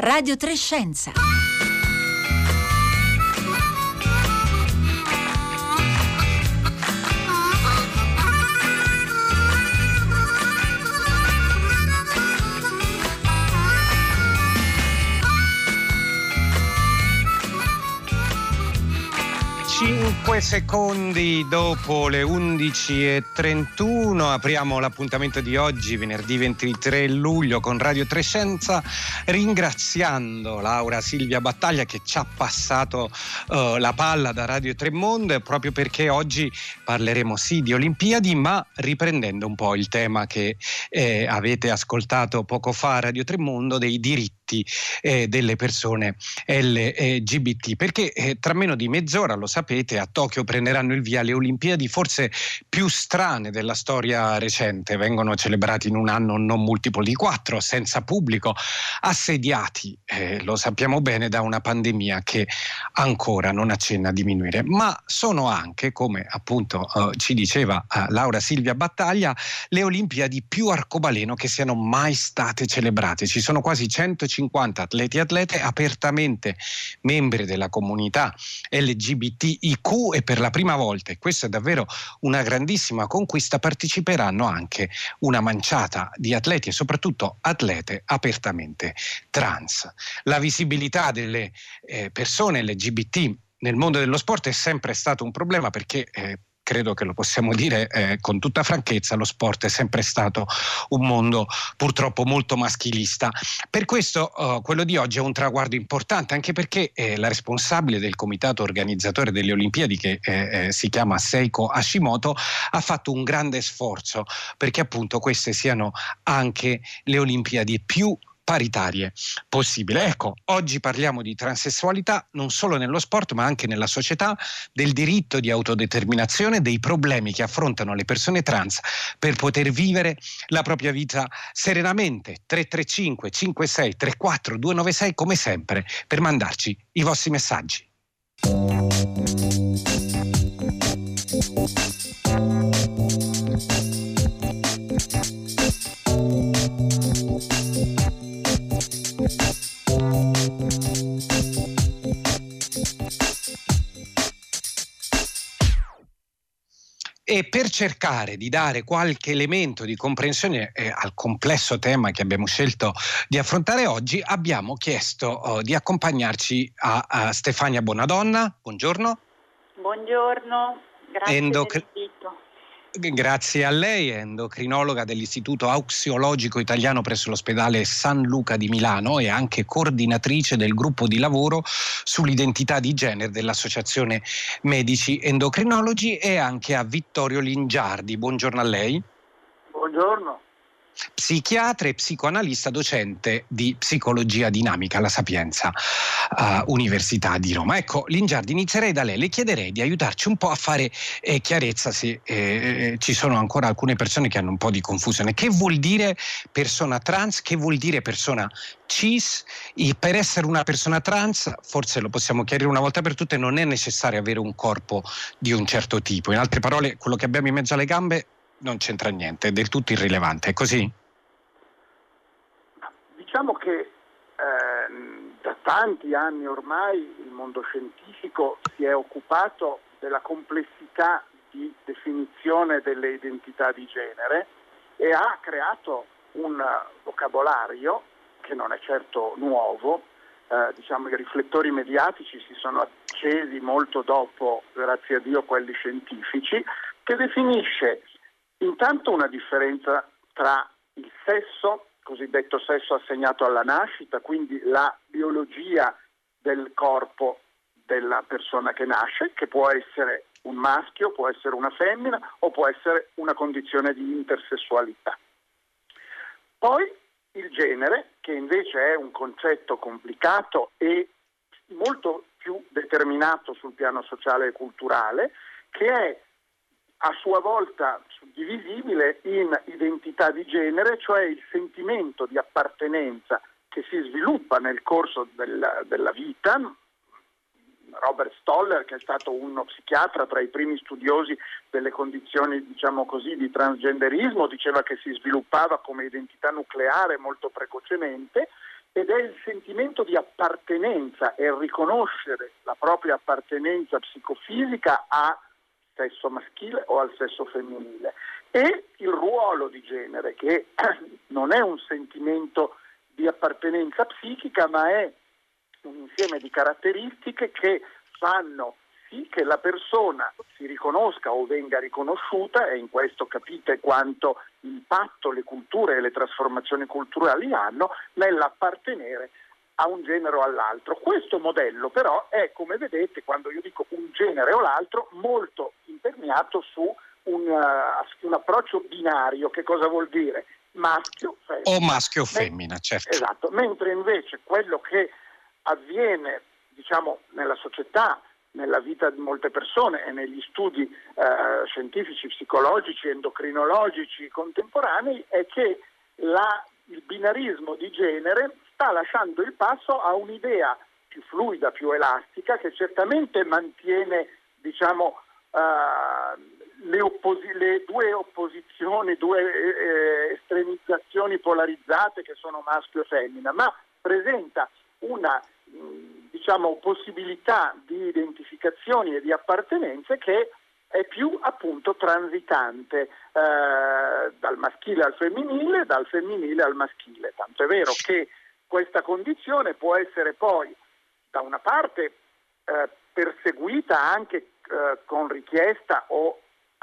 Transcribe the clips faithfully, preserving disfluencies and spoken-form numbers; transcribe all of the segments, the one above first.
Radio tre Scienza. cinque secondi dopo le undici e trentuno apriamo l'appuntamento di oggi, venerdì ventitré luglio, con Radio tre Scienza, ringraziando Laura Silvia Battaglia che ci ha passato uh, la palla da Radio tre Mondo, proprio perché oggi parleremo sì di Olimpiadi, ma riprendendo un po' il tema che eh, avete ascoltato poco fa a Radio tre Mondo, dei diritti eh, delle persone L G B T, perché eh, tra meno di mezz'ora, lo sapete, a Tokyo prenderanno il via le Olimpiadi forse più strane della storia recente. Vengono celebrati in un anno non multiplo di quattro, senza pubblico, assediati, eh, lo sappiamo bene, da una pandemia che ancora non accenna a diminuire, ma sono anche, come appunto eh, ci diceva eh, Laura Silvia Battaglia, le Olimpiadi più arcobaleno che siano mai state celebrate. Ci sono quasi centocinquanta atleti e atlete apertamente membri della comunità L G B T I Q e per la prima volta, e questa è davvero una grandissima conquista, parteciperanno anche una manciata di atleti e soprattutto atlete apertamente trans. La visibilità delle eh, persone L G B T nel mondo dello sport è sempre stato un problema, perché eh, credo che lo possiamo dire eh, con tutta franchezza, lo sport è sempre stato un mondo purtroppo molto maschilista. Per questo uh, quello di oggi è un traguardo importante, anche perché eh, la responsabile del comitato organizzatore delle Olimpiadi, che eh, eh, si chiama Seiko Hashimoto, ha fatto un grande sforzo perché appunto queste siano anche le Olimpiadi più paritarie possibile. Ecco, oggi parliamo di transessualità non solo nello sport ma anche nella società, del diritto di autodeterminazione, dei problemi che affrontano le persone trans per poter vivere la propria vita serenamente. Tre tre cinque cinque sei tre quattro due nove sei, come sempre, per mandarci i vostri messaggi. E per cercare di dare qualche elemento di comprensione eh, al complesso tema che abbiamo scelto di affrontare oggi, abbiamo chiesto oh, di accompagnarci a, a Stefania Bonadonna. Buongiorno. Buongiorno, grazie Endocri- dell'invito. Grazie a lei, è endocrinologa dell'Istituto Auxiologico Italiano presso l'ospedale San Luca di Milano e anche coordinatrice del gruppo di lavoro sull'identità di genere dell'Associazione Medici Endocrinologi, e anche a Vittorio Lingiardi. Buongiorno a lei. Buongiorno. Psichiatra e psicoanalista, docente di psicologia dinamica alla Sapienza uh, Università di Roma. Ecco, Lingiardi, inizierei da lei. Le chiederei di aiutarci un po' a fare eh, chiarezza, se eh, ci sono ancora alcune persone che hanno un po' di confusione. Che vuol dire persona trans? Che vuol dire persona cis? E per essere una persona trans, forse lo possiamo chiarire una volta per tutte, non è necessario avere un corpo di un certo tipo. In altre parole, quello che abbiamo in mezzo alle gambe non c'entra niente, è del tutto irrilevante, è così? Diciamo che eh, da tanti anni ormai il mondo scientifico si è occupato della complessità di definizione delle identità di genere e ha creato un vocabolario che non è certo nuovo. Eh, diciamo che i riflettori mediatici si sono accesi molto dopo, grazie a Dio, quelli scientifici, che definisce intanto una differenza tra il sesso, cosiddetto sesso assegnato alla nascita, quindi la biologia del corpo della persona che nasce, che può essere un maschio, può essere una femmina o può essere una condizione di intersessualità. Poi il genere, che invece è un concetto complicato e molto più determinato sul piano sociale e culturale, che è a sua volta suddivisibile in identità di genere, cioè il sentimento di appartenenza che si sviluppa nel corso del, della vita. Robert Stoller, che è stato uno psichiatra tra i primi studiosi delle condizioni, diciamo così, di transgenderismo, diceva che si sviluppava come identità nucleare molto precocemente, ed è il sentimento di appartenenza e il riconoscere la propria appartenenza psicofisica al sesso maschile o al sesso femminile, e il ruolo di genere, che non è un sentimento di appartenenza psichica, ma è un insieme di caratteristiche che fanno sì che la persona si riconosca o venga riconosciuta, e in questo capite quanto impatto le culture e le trasformazioni culturali hanno nell'appartenere a un genere o all'altro. Questo modello però è, come vedete, quando io dico un genere o l'altro, molto imperniato su un, uh, un approccio binario. Che cosa vuol dire? Maschio, femmina. O maschio o femmina, certo. Esatto, mentre invece quello che avviene, diciamo, nella società, nella vita di molte persone e negli studi eh, scientifici, psicologici, endocrinologici contemporanei, è che la, il binarismo di genere sta lasciando il passo a un'idea più fluida, più elastica, che certamente mantiene, diciamo, uh, le, opposi- le due opposizioni, due eh, estremizzazioni polarizzate che sono maschio e femmina, ma presenta una diciamo possibilità di identificazioni e di appartenenze che è più appunto transitante eh, dal maschile al femminile, dal femminile al maschile. Tanto è vero che questa condizione può essere poi da una parte eh, perseguita anche eh, con richiesta o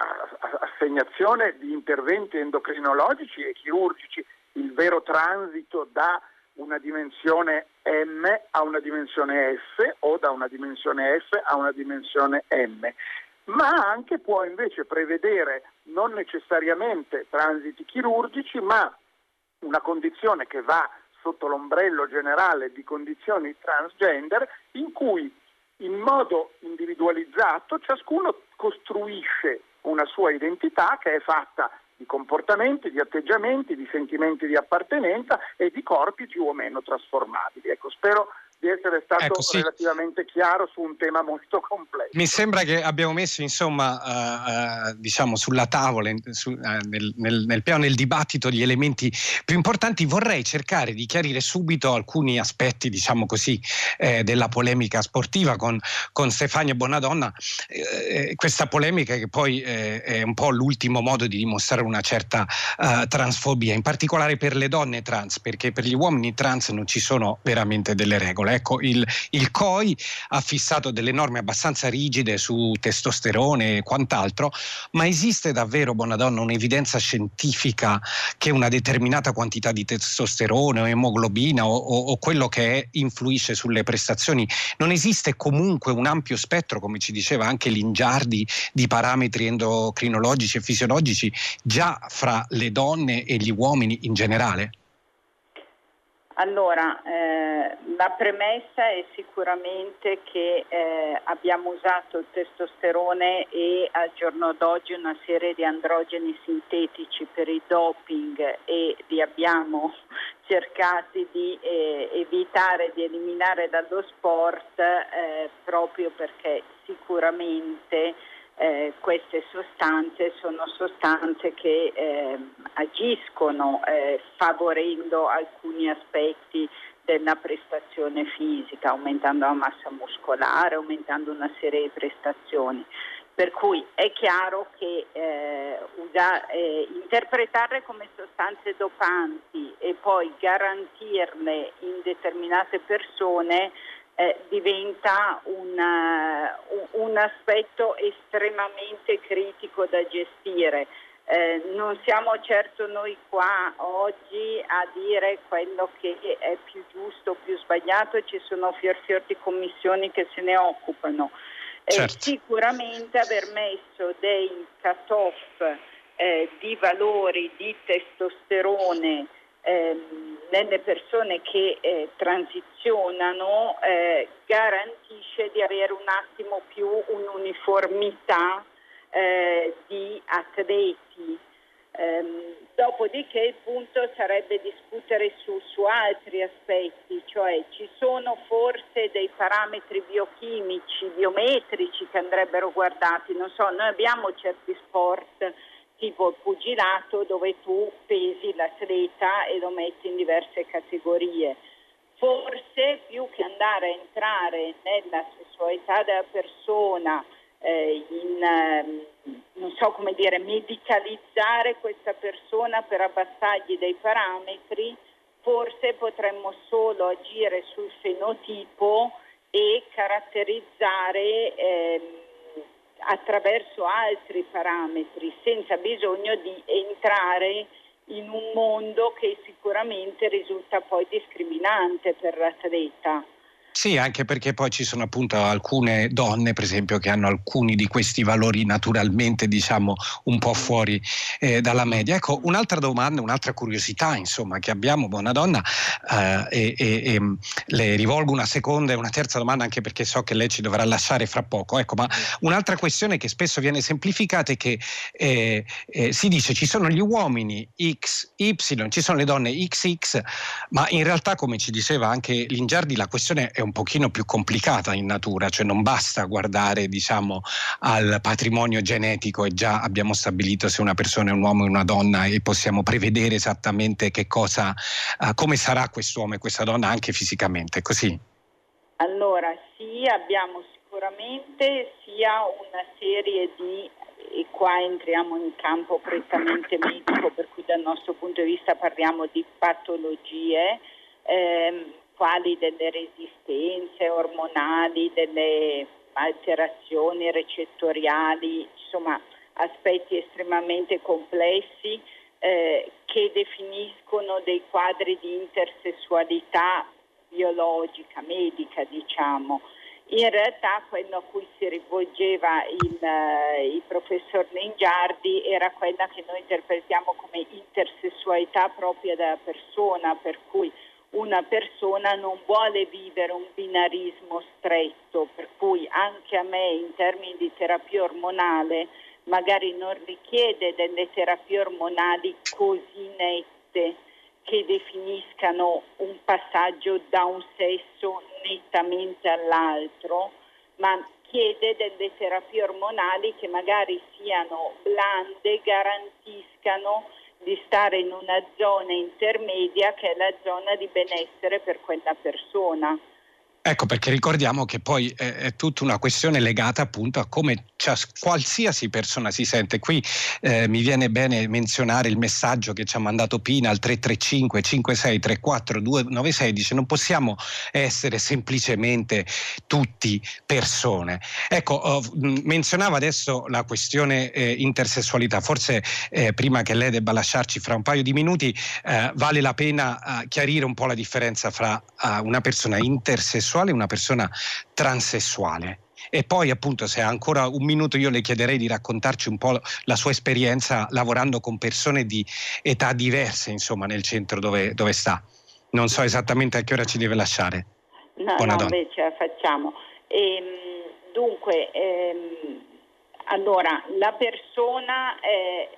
assegnazione di interventi endocrinologici e chirurgici, il vero transito da una dimensione M a una dimensione S o da una dimensione F a una dimensione M, ma anche può invece prevedere non necessariamente transiti chirurgici, ma una condizione che va sotto l'ombrello generale di condizioni transgender, in cui in modo individualizzato ciascuno costruisce una sua identità che è fatta di comportamenti, di atteggiamenti, di sentimenti di appartenenza e di corpi più o meno trasformabili. Ecco, spero di essere stato ecco, sì. relativamente chiaro su un tema molto complesso. Mi sembra che abbiamo messo insomma uh, uh, diciamo sulla tavola su, uh, nel, nel, nel piano del dibattito gli elementi più importanti. Vorrei cercare di chiarire subito alcuni aspetti, diciamo così, eh, della polemica sportiva con, con Stefania Bonadonna, eh, questa polemica che poi eh, è un po' l'ultimo modo di dimostrare una certa uh, transfobia, in particolare per le donne trans, perché per gli uomini trans non ci sono veramente delle regole. Ecco, il, il C O I ha fissato delle norme abbastanza rigide su testosterone e quant'altro, ma esiste davvero, Bonadonna, un'evidenza scientifica che una determinata quantità di testosterone o emoglobina o, o, o quello che è influisce sulle prestazioni? Non esiste comunque un ampio spettro, come ci diceva anche Lingiardi, di parametri endocrinologici e fisiologici già fra le donne e gli uomini in generale? Allora, eh, la premessa è sicuramente che eh, abbiamo usato il testosterone e al giorno d'oggi una serie di androgeni sintetici per il doping e li abbiamo cercati di eh, evitare, di eliminare dallo sport eh, proprio perché sicuramente Eh, queste sostanze sono sostanze che eh, agiscono eh, favorendo alcuni aspetti della prestazione fisica, aumentando la massa muscolare, aumentando una serie di prestazioni. Per cui è chiaro che eh, usa, eh, interpretarle come sostanze dopanti e poi garantirle in determinate persone Eh, diventa un, uh, un aspetto estremamente critico da gestire. Eh, non siamo certo noi qua oggi a dire quello che è più giusto o più sbagliato, ci sono fior fior di commissioni che se ne occupano. Eh, certo. Sicuramente aver messo dei cut-off eh, di valori di testosterone Ehm, nelle persone che eh, transizionano eh, garantisce di avere un attimo più un'uniformità eh, di atleti. Ehm, dopodiché il punto sarebbe discutere su, su altri aspetti, cioè ci sono forse dei parametri biochimici, biometrici che andrebbero guardati. Non so, noi abbiamo certi sport tipo il pugilato dove tu pesi l'atleta e lo metti in diverse categorie. forse più che andare a entrare nella sessualità della persona, eh, in, eh, non so come dire, medicalizzare questa persona per abbassargli dei parametri, forse potremmo solo agire sul fenotipo e caratterizzare eh, attraverso altri parametri, senza bisogno di entrare in un mondo che sicuramente risulta poi discriminante per l'atleta. Sì, anche perché poi ci sono appunto alcune donne, per esempio, che hanno alcuni di questi valori naturalmente, diciamo, un po' fuori eh, dalla media. Ecco, un'altra domanda, un'altra curiosità, insomma, che abbiamo, buona donna, eh, e, e, e le rivolgo una seconda e una terza domanda, anche perché so che lei ci dovrà lasciare fra poco. Ecco, ma un'altra questione che spesso viene semplificata è che eh, eh, si dice ci sono gli uomini X Y, ci sono le donne X X, ma in realtà, come ci diceva anche Lingiardi, la questione è un pochino più complicata in natura, cioè non basta guardare, diciamo, al patrimonio genetico e già abbiamo stabilito se una persona è un uomo o una donna e possiamo prevedere esattamente che cosa, uh, come sarà quest'uomo e questa donna anche fisicamente, così? Allora sì, abbiamo sicuramente sia una serie di, e qua entriamo in campo prettamente medico, per cui dal nostro punto di vista parliamo di patologie, ehm, quali delle resistenze ormonali, delle alterazioni recettoriali, insomma aspetti estremamente complessi eh, che definiscono dei quadri di intersessualità biologica, medica, diciamo. In realtà quello a cui si rivolgeva il, uh, il professor Lingiardi era quella che noi interpretiamo come intersessualità propria della persona, per cui una persona non vuole vivere un binarismo stretto, per cui anche a me in termini di terapia ormonale magari non richiede delle terapie ormonali così nette che definiscano un passaggio da un sesso nettamente all'altro, ma chiede delle terapie ormonali che magari siano blande, garantiscano di stare in una zona intermedia che è la zona di benessere per quella persona. Ecco, perché ricordiamo che poi è, è tutta una questione legata appunto a come cias- qualsiasi persona si sente. Qui eh, mi viene bene menzionare il messaggio che ci ha mandato Pina al tre tre cinque cinque sei tre quattro due nove sei, dice non possiamo essere semplicemente tutti persone. Ecco, oh, menzionava adesso la questione eh, intersessualità, forse eh, prima che lei debba lasciarci fra un paio di minuti eh, vale la pena eh, chiarire un po' la differenza fra eh, una persona intersessuale e una persona transessuale. E poi appunto, se ha ancora un minuto, io le chiederei di raccontarci un po' la sua esperienza lavorando con persone di età diverse, insomma, nel centro dove, dove sta. Non so esattamente a che ora ci deve lasciare. No, Buona no, donna. beh, ce la facciamo. Ehm, dunque, ehm, allora, la persona è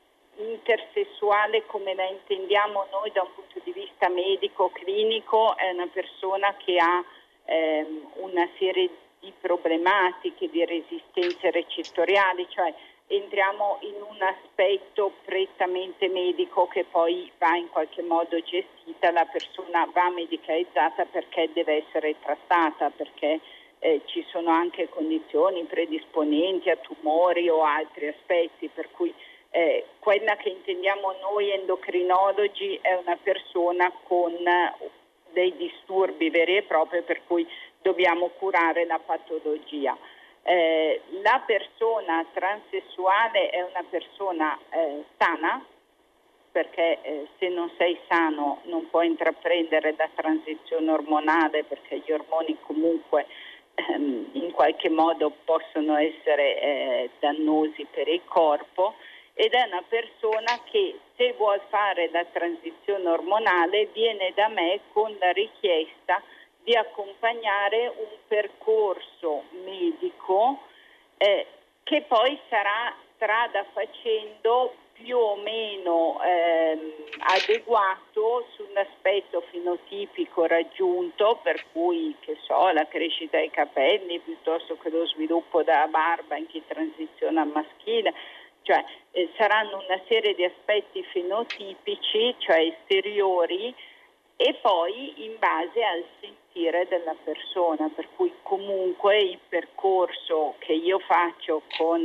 intersessuale, come la intendiamo noi da un punto di vista medico-clinico, è una persona che ha ehm, una serie di problematiche, di resistenze recettoriali, cioè entriamo in un aspetto prettamente medico che poi va in qualche modo gestita, la persona va medicalizzata perché deve essere trattata, perché eh, ci sono anche condizioni predisponenti a tumori o altri aspetti, per cui Eh, quella che intendiamo noi endocrinologi è una persona con dei disturbi veri e propri, per cui dobbiamo curare la patologia. Eh, la persona transessuale è una persona eh, sana, perché eh, se non sei sano non puoi intraprendere la transizione ormonale, perché gli ormoni comunque ehm, in qualche modo possono essere eh, dannosi per il corpo. Ed è una persona che, se vuol fare la transizione ormonale, viene da me con la richiesta di accompagnare un percorso medico eh, che poi sarà strada facendo più o meno ehm, adeguato sull'aspetto fenotipico raggiunto, per cui, che so, la crescita dei capelli piuttosto che lo sviluppo della barba in chi transiziona al maschile. Cioè eh, saranno una serie di aspetti fenotipici, cioè esteriori, e poi in base al sentire della persona, per cui comunque il percorso che io faccio con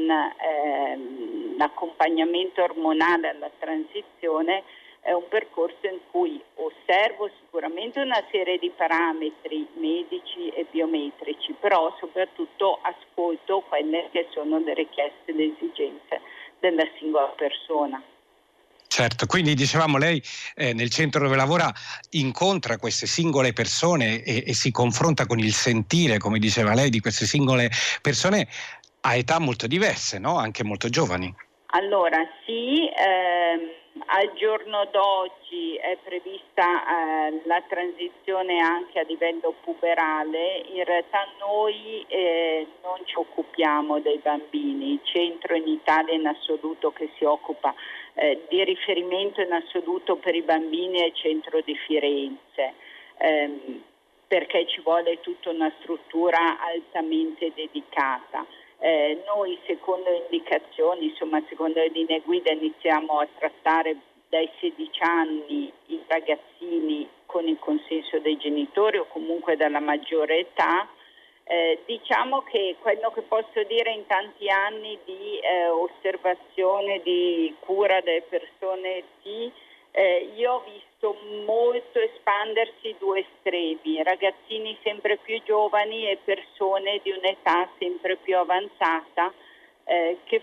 ehm, l'accompagnamento ormonale alla transizione è un percorso in cui osservo sicuramente una serie di parametri medici e biometrici, però soprattutto ascolto quelle che sono le richieste e le esigenze della singola persona. Certo, quindi dicevamo lei eh, nel centro dove lavora incontra queste singole persone e, e si confronta con il sentire, come diceva lei, di queste singole persone a età molto diverse, no? Anche molto giovani. Allora sì, ehm, al giorno d'oggi è prevista eh, la transizione anche a livello puberale. In realtà noi eh, non ci occupiamo dei bambini, il centro in Italia in assoluto che si occupa eh, di riferimento in assoluto per i bambini è il centro di Firenze, ehm, perché ci vuole tutta una struttura altamente dedicata. Eh, noi secondo indicazioni, insomma secondo le linee guida iniziamo a trattare dai sedici anni i ragazzini con il consenso dei genitori o comunque dalla maggiore età. Eh, diciamo che quello che posso dire in tanti anni di eh, osservazione, di cura delle persone T, eh, io ho visto molto espandersi due estremi, ragazzini sempre più giovani e persone di un'età sempre più avanzata eh, che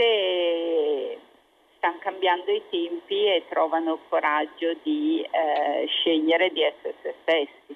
forse stanno cambiando i tempi e trovano il coraggio di eh, scegliere di essere se stessi.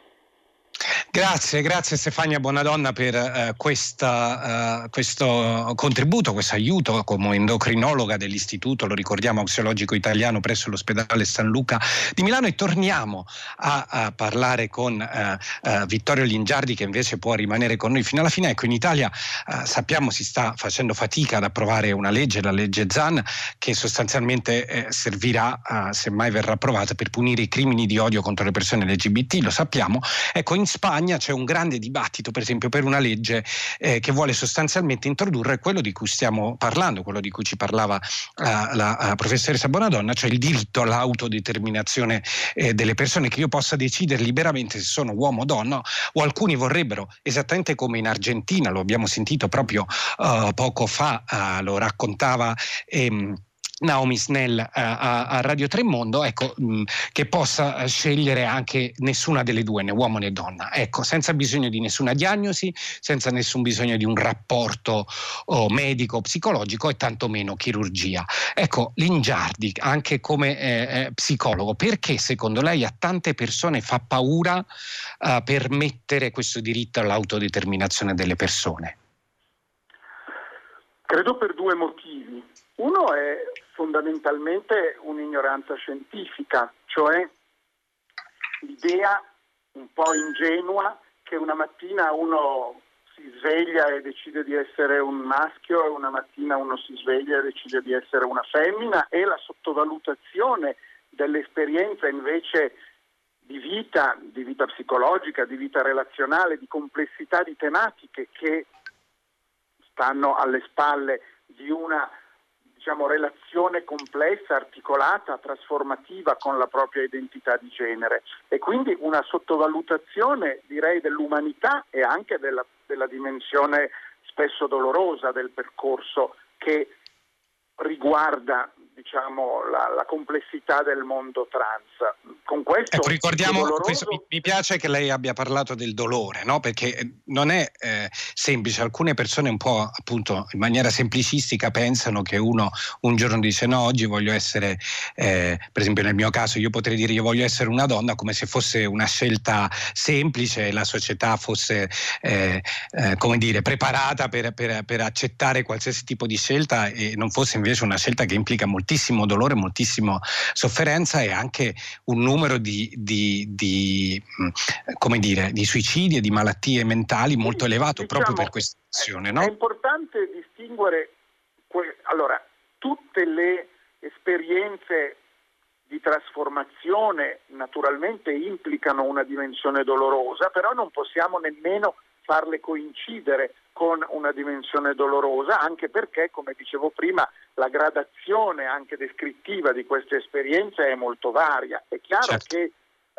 Grazie, grazie Stefania Bonadonna per uh, questa, uh, questo contributo, questo aiuto come endocrinologa dell'Istituto, lo ricordiamo, Auxiologico Italiano presso l'ospedale San Luca di Milano, e torniamo a, a parlare con uh, uh, Vittorio Lingiardi, che invece può rimanere con noi fino alla fine. Ecco, in Italia uh, sappiamo si sta facendo fatica ad approvare una legge, la legge Zan, che sostanzialmente eh, servirà, uh, se mai verrà approvata, per punire i crimini di odio contro le persone L G B T, lo sappiamo. Ecco, in Spagna c'è un grande dibattito, per esempio, per una legge eh, che vuole sostanzialmente introdurre quello di cui stiamo parlando, quello di cui ci parlava uh, la uh, professoressa Bonadonna, cioè il diritto all'autodeterminazione eh, delle persone, che io possa decidere liberamente se sono uomo o donna, o alcuni vorrebbero, esattamente come in Argentina, lo abbiamo sentito proprio uh, poco fa, uh, lo raccontava ehm, Naomi Snell uh, a, a Radio Tremondo, ecco, mh, che possa scegliere anche nessuna delle due, né uomo né donna, ecco, senza bisogno di nessuna diagnosi, senza nessun bisogno di un rapporto oh, medico, psicologico e tantomeno chirurgia. Ecco, Lingiardi, anche come eh, psicologo, perché secondo lei a tante persone fa paura uh, permettere questo diritto all'autodeterminazione delle persone? Credo per due motivi. Uno è fondamentalmente un'ignoranza scientifica, cioè l'idea un po' ingenua che una mattina uno si sveglia e decide di essere un maschio e una mattina uno si sveglia e decide di essere una femmina, e la sottovalutazione dell'esperienza invece di vita, di vita psicologica, di vita relazionale, di complessità di tematiche che stanno alle spalle di una, diciamo, relazione complessa, articolata, trasformativa con la propria identità di genere, e quindi una sottovalutazione, direi, dell'umanità e anche della, della dimensione spesso dolorosa del percorso che riguarda, diciamo, la, la complessità del mondo trans. Con questo, ecco, ricordiamo, doloroso... questo, mi, mi piace che lei abbia parlato del dolore, no? Perché non è eh, semplice. Alcune persone un po', appunto, in maniera semplicistica pensano che uno un giorno dice no, oggi voglio essere, eh, per esempio nel mio caso io potrei dire io voglio essere una donna, come se fosse una scelta semplice e la società fosse eh, eh, come dire, preparata per, per, per accettare qualsiasi tipo di scelta, e non fosse invece una scelta che implica moltissimo dolore, moltissima sofferenza e anche un numero di, di, di come dire, di suicidi e di malattie mentali molto elevato, diciamo, proprio per questa azione, no? È importante distinguere que- allora tutte le esperienze di trasformazione naturalmente implicano una dimensione dolorosa, però non possiamo nemmeno farle coincidere con una dimensione dolorosa, anche perché, come dicevo prima, la gradazione anche descrittiva di queste esperienze è molto varia. È chiaro certo. che eh,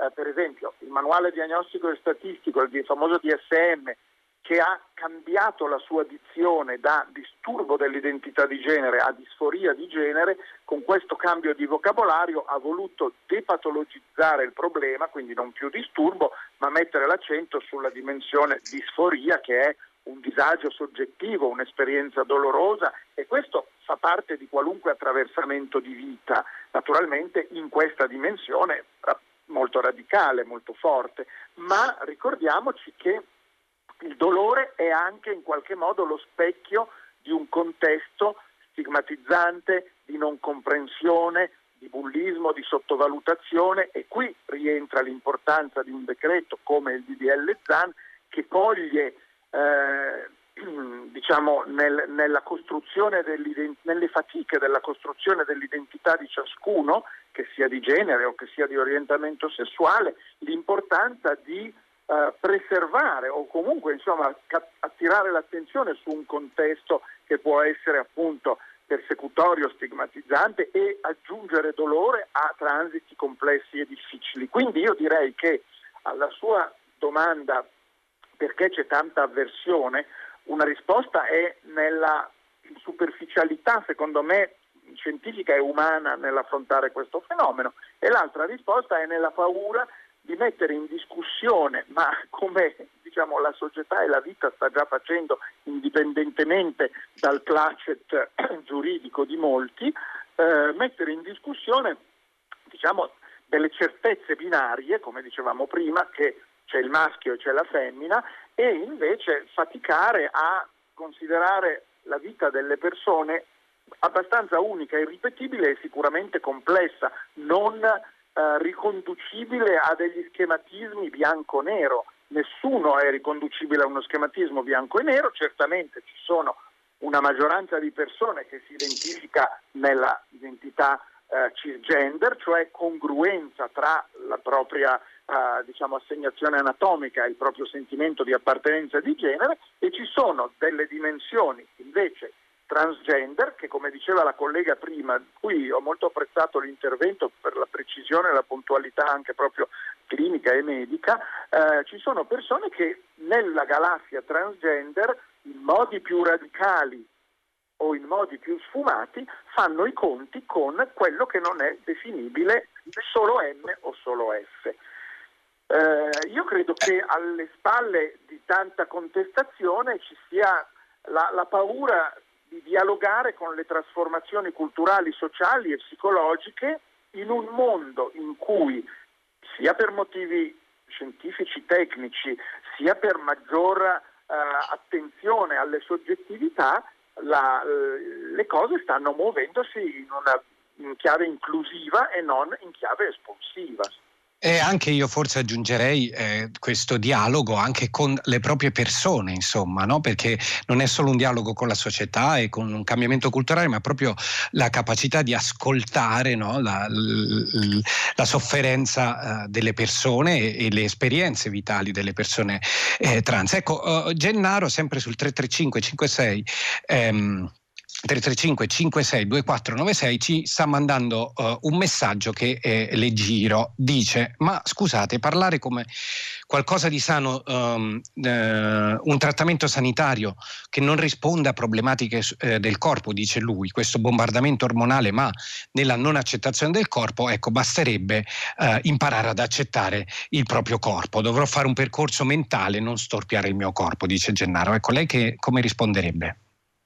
eh, per esempio il manuale diagnostico e statistico, il famoso D S M, che ha cambiato la sua dizione da disturbo dell'identità di genere a disforia di genere, con questo cambio di vocabolario ha voluto depatologizzare il problema, quindi non più disturbo, ma mettere l'accento sulla dimensione disforia, che è un disagio soggettivo, un'esperienza dolorosa, e questo fa parte di qualunque attraversamento di vita, naturalmente in questa dimensione molto radicale, molto forte, ma ricordiamoci che il dolore è anche in qualche modo lo specchio di un contesto stigmatizzante, di non comprensione, di bullismo, di sottovalutazione, e qui rientra l'importanza di un decreto come il D D L Zan, che coglie eh, diciamo nel, nella costruzione nelle fatiche della costruzione dell'identità di ciascuno, che sia di genere o che sia di orientamento sessuale, l'importanza di Uh, preservare o comunque insomma cap- attirare l'attenzione su un contesto che può essere appunto persecutorio, stigmatizzante, e aggiungere dolore a transiti complessi e difficili. Quindi io direi che alla sua domanda perché c'è tanta avversione, una risposta è nella superficialità, secondo me, scientifica e umana nell'affrontare questo fenomeno, e l'altra risposta è nella paura di mettere in discussione, ma come diciamo la società e la vita sta già facendo indipendentemente dal placet giuridico di molti, eh, mettere in discussione diciamo delle certezze binarie, come dicevamo prima, che c'è il maschio e c'è la femmina, e invece faticare a considerare la vita delle persone abbastanza unica, irripetibile e sicuramente complessa, non Uh, riconducibile a degli schematismi bianco-nero. Nessuno è riconducibile a uno schematismo bianco e nero, certamente ci sono una maggioranza di persone che si identifica nella identità uh, cisgender, cioè congruenza tra la propria uh, diciamo assegnazione anatomica e il proprio sentimento di appartenenza di genere, e ci sono delle dimensioni invece transgender che, come diceva la collega prima, qui ho molto apprezzato l'intervento per la precisione e la puntualità anche proprio clinica e medica, eh, ci sono persone che nella galassia transgender in modi più radicali o in modi più sfumati fanno i conti con quello che non è definibile solo M o solo F. Eh, io credo che alle spalle di tanta contestazione ci sia la, la paura di dialogare con le trasformazioni culturali, sociali e psicologiche in un mondo in cui, sia per motivi scientifici, tecnici, sia per maggior eh, attenzione alle soggettività, la, le cose stanno muovendosi in una in chiave inclusiva e non in chiave espulsiva. E anche io forse aggiungerei eh, questo dialogo anche con le proprie persone, insomma, no? Perché non è solo un dialogo con la società e con un cambiamento culturale, ma proprio la capacità di ascoltare, no? la, la, la sofferenza uh, delle persone e, e le esperienze vitali delle persone eh, trans. Ecco, uh, Gennaro, sempre sul tre tre cinque cinque sei ehm, tre tre cinque cinque sei due quattro nove sei ci sta mandando uh, un messaggio che eh, le giro. Dice: ma scusate, parlare come qualcosa di sano, um, uh, un trattamento sanitario che non risponde a problematiche uh, del corpo, dice lui, questo bombardamento ormonale, ma nella non accettazione del corpo, ecco, basterebbe uh, imparare ad accettare il proprio corpo. Dovrò fare un percorso mentale, non storpiare il mio corpo, dice Gennaro. Ecco, lei che come risponderebbe?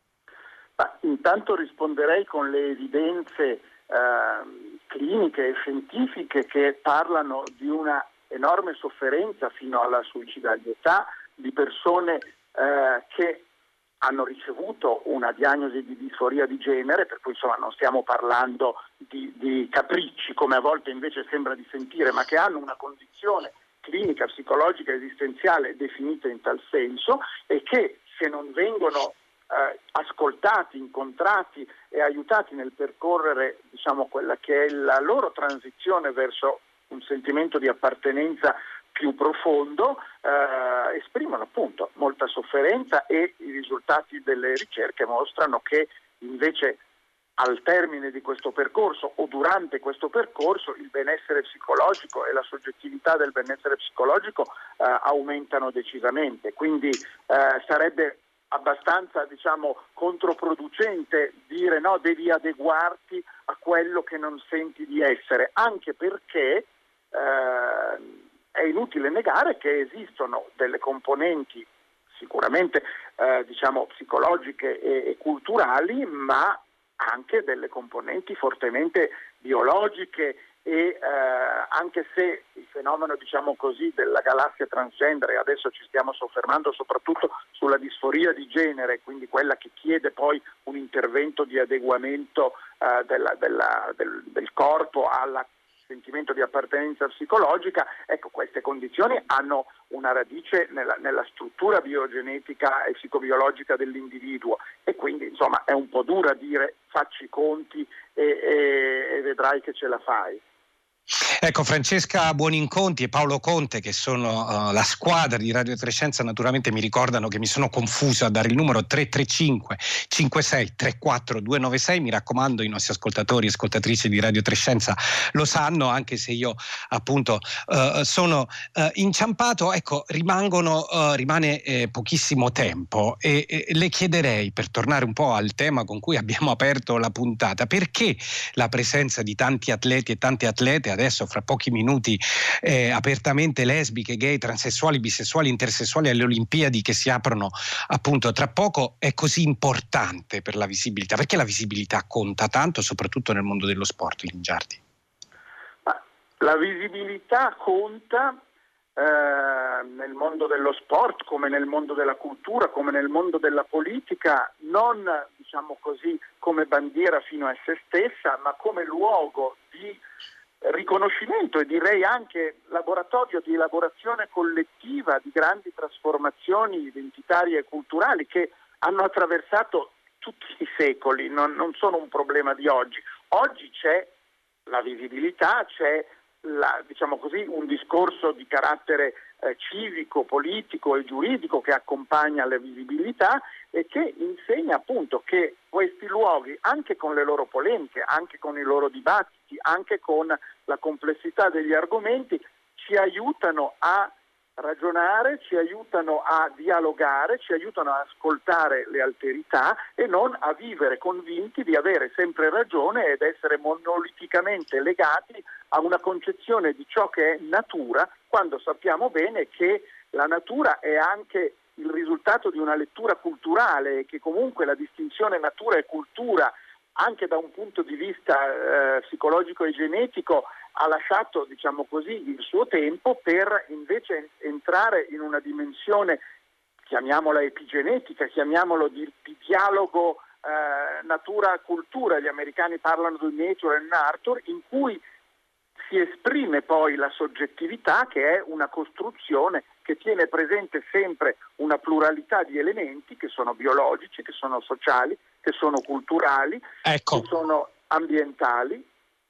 Ma intanto risponderei con le evidenze eh, cliniche e scientifiche che parlano di una enorme sofferenza fino alla suicidarietà di persone eh, che hanno ricevuto una diagnosi di disforia di genere, per cui insomma non stiamo parlando di, di capricci come a volte invece sembra di sentire, ma che hanno una condizione clinica, psicologica, esistenziale definita in tal senso, e che se non vengono Eh, ascoltati, incontrati e aiutati nel percorrere diciamo quella che è la loro transizione verso un sentimento di appartenenza più profondo, eh, esprimono appunto molta sofferenza, e i risultati delle ricerche mostrano che invece al termine di questo percorso o durante questo percorso il benessere psicologico e la soggettività del benessere psicologico eh, aumentano decisamente, quindi eh, sarebbe abbastanza, diciamo, controproducente dire no, devi adeguarti a quello che non senti di essere, anche perché eh, è inutile negare che esistono delle componenti sicuramente eh, diciamo psicologiche e, e culturali, ma anche delle componenti fortemente biologiche e eh, anche se il fenomeno, diciamo così, della galassia transgender, e adesso ci stiamo soffermando soprattutto sulla disforia di genere, quindi quella che chiede poi un intervento di adeguamento eh, della, della, del, del corpo alla sentimento di appartenenza psicologica, ecco, queste condizioni hanno una radice nella, nella struttura biogenetica e psicobiologica dell'individuo e quindi insomma è un po' dura dire facci i conti e, e, e vedrai che ce la fai. Ecco, Francesca Buoninconti e Paolo Conte, che sono uh, la squadra di Radio Trescenza, naturalmente mi ricordano che mi sono confuso a dare il numero tre tre cinque cinque sei tre quattro due nove sei. Mi raccomando, i nostri ascoltatori e ascoltatrici di Radio Trescenza lo sanno, anche se io appunto uh, sono uh, inciampato. Ecco, rimangono, uh, rimane eh, pochissimo tempo e, e le chiederei, per tornare un po' al tema con cui abbiamo aperto la puntata, perché la presenza di tanti atleti e tante atlete adesso fra pochi minuti eh, apertamente lesbiche, gay, transessuali, bisessuali, intersessuali alle Olimpiadi che si aprono appunto tra poco è così importante per la visibilità? Perché la visibilità conta tanto, soprattutto nel mondo dello sport, Lingiardi? La visibilità conta eh, nel mondo dello sport, come nel mondo della cultura, come nel mondo della politica, non diciamo così come bandiera fino a se stessa, ma come luogo di riconoscimento e direi anche laboratorio di elaborazione collettiva di grandi trasformazioni identitarie e culturali che hanno attraversato tutti i secoli, non, non sono un problema di oggi. Oggi c'è la visibilità, c'è la, diciamo così, un discorso di carattere eh, civico, politico e giuridico che accompagna la visibilità e che insegna appunto che questi luoghi, anche con le loro polemiche, anche con i loro dibattiti, anche con la complessità degli argomenti, ci aiutano a ragionare, ci aiutano a dialogare, ci aiutano a ascoltare le alterità e non a vivere convinti di avere sempre ragione ed essere monoliticamente legati a una concezione di ciò che è natura, quando sappiamo bene che la natura è anche il risultato di una lettura culturale e che comunque la distinzione natura e cultura anche da un punto di vista eh, psicologico e genetico ha lasciato, diciamo così, il suo tempo per invece entrare in una dimensione, chiamiamola epigenetica, chiamiamolo di, di dialogo eh, natura-cultura. Gli americani parlano di nature and nurture, in cui si esprime poi la soggettività, che è una costruzione che tiene presente sempre una pluralità di elementi che sono biologici, che sono sociali, che sono culturali, ecco, che sono ambientali.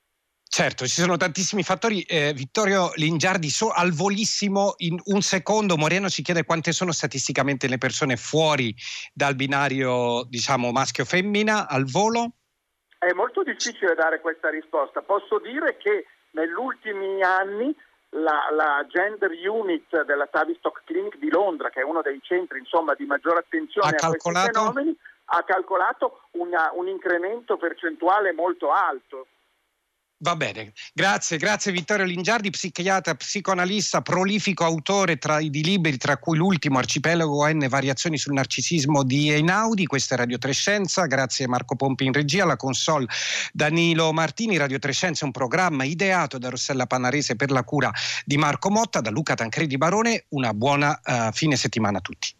Certo, ci sono tantissimi fattori. Eh, Vittorio Lingiardi, so, al volissimo, in un secondo, Moreno ci chiede quante sono statisticamente le persone fuori dal binario, diciamo, maschio-femmina, al volo? È molto difficile dare questa risposta. Posso dire che negli ultimi anni la, la Gender Unit della Tavistock Clinic di Londra, che è uno dei centri insomma di maggior attenzione a questi fenomeni, ha calcolato una, un incremento percentuale molto alto. Va bene, grazie, grazie Vittorio Lingiardi, psichiatra, psicoanalista, prolifico autore tra, di libri, tra cui l'ultimo Arcipelago N, variazioni sul narcisismo di Einaudi. Questa è Radio Trescenza, grazie Marco Pompi in regia, alla console Danilo Martini. Radio Trescenza è un programma ideato da Rossella Panarese per la cura di Marco Motta, da Luca Tancredi Barone. Una buona uh, fine settimana a tutti.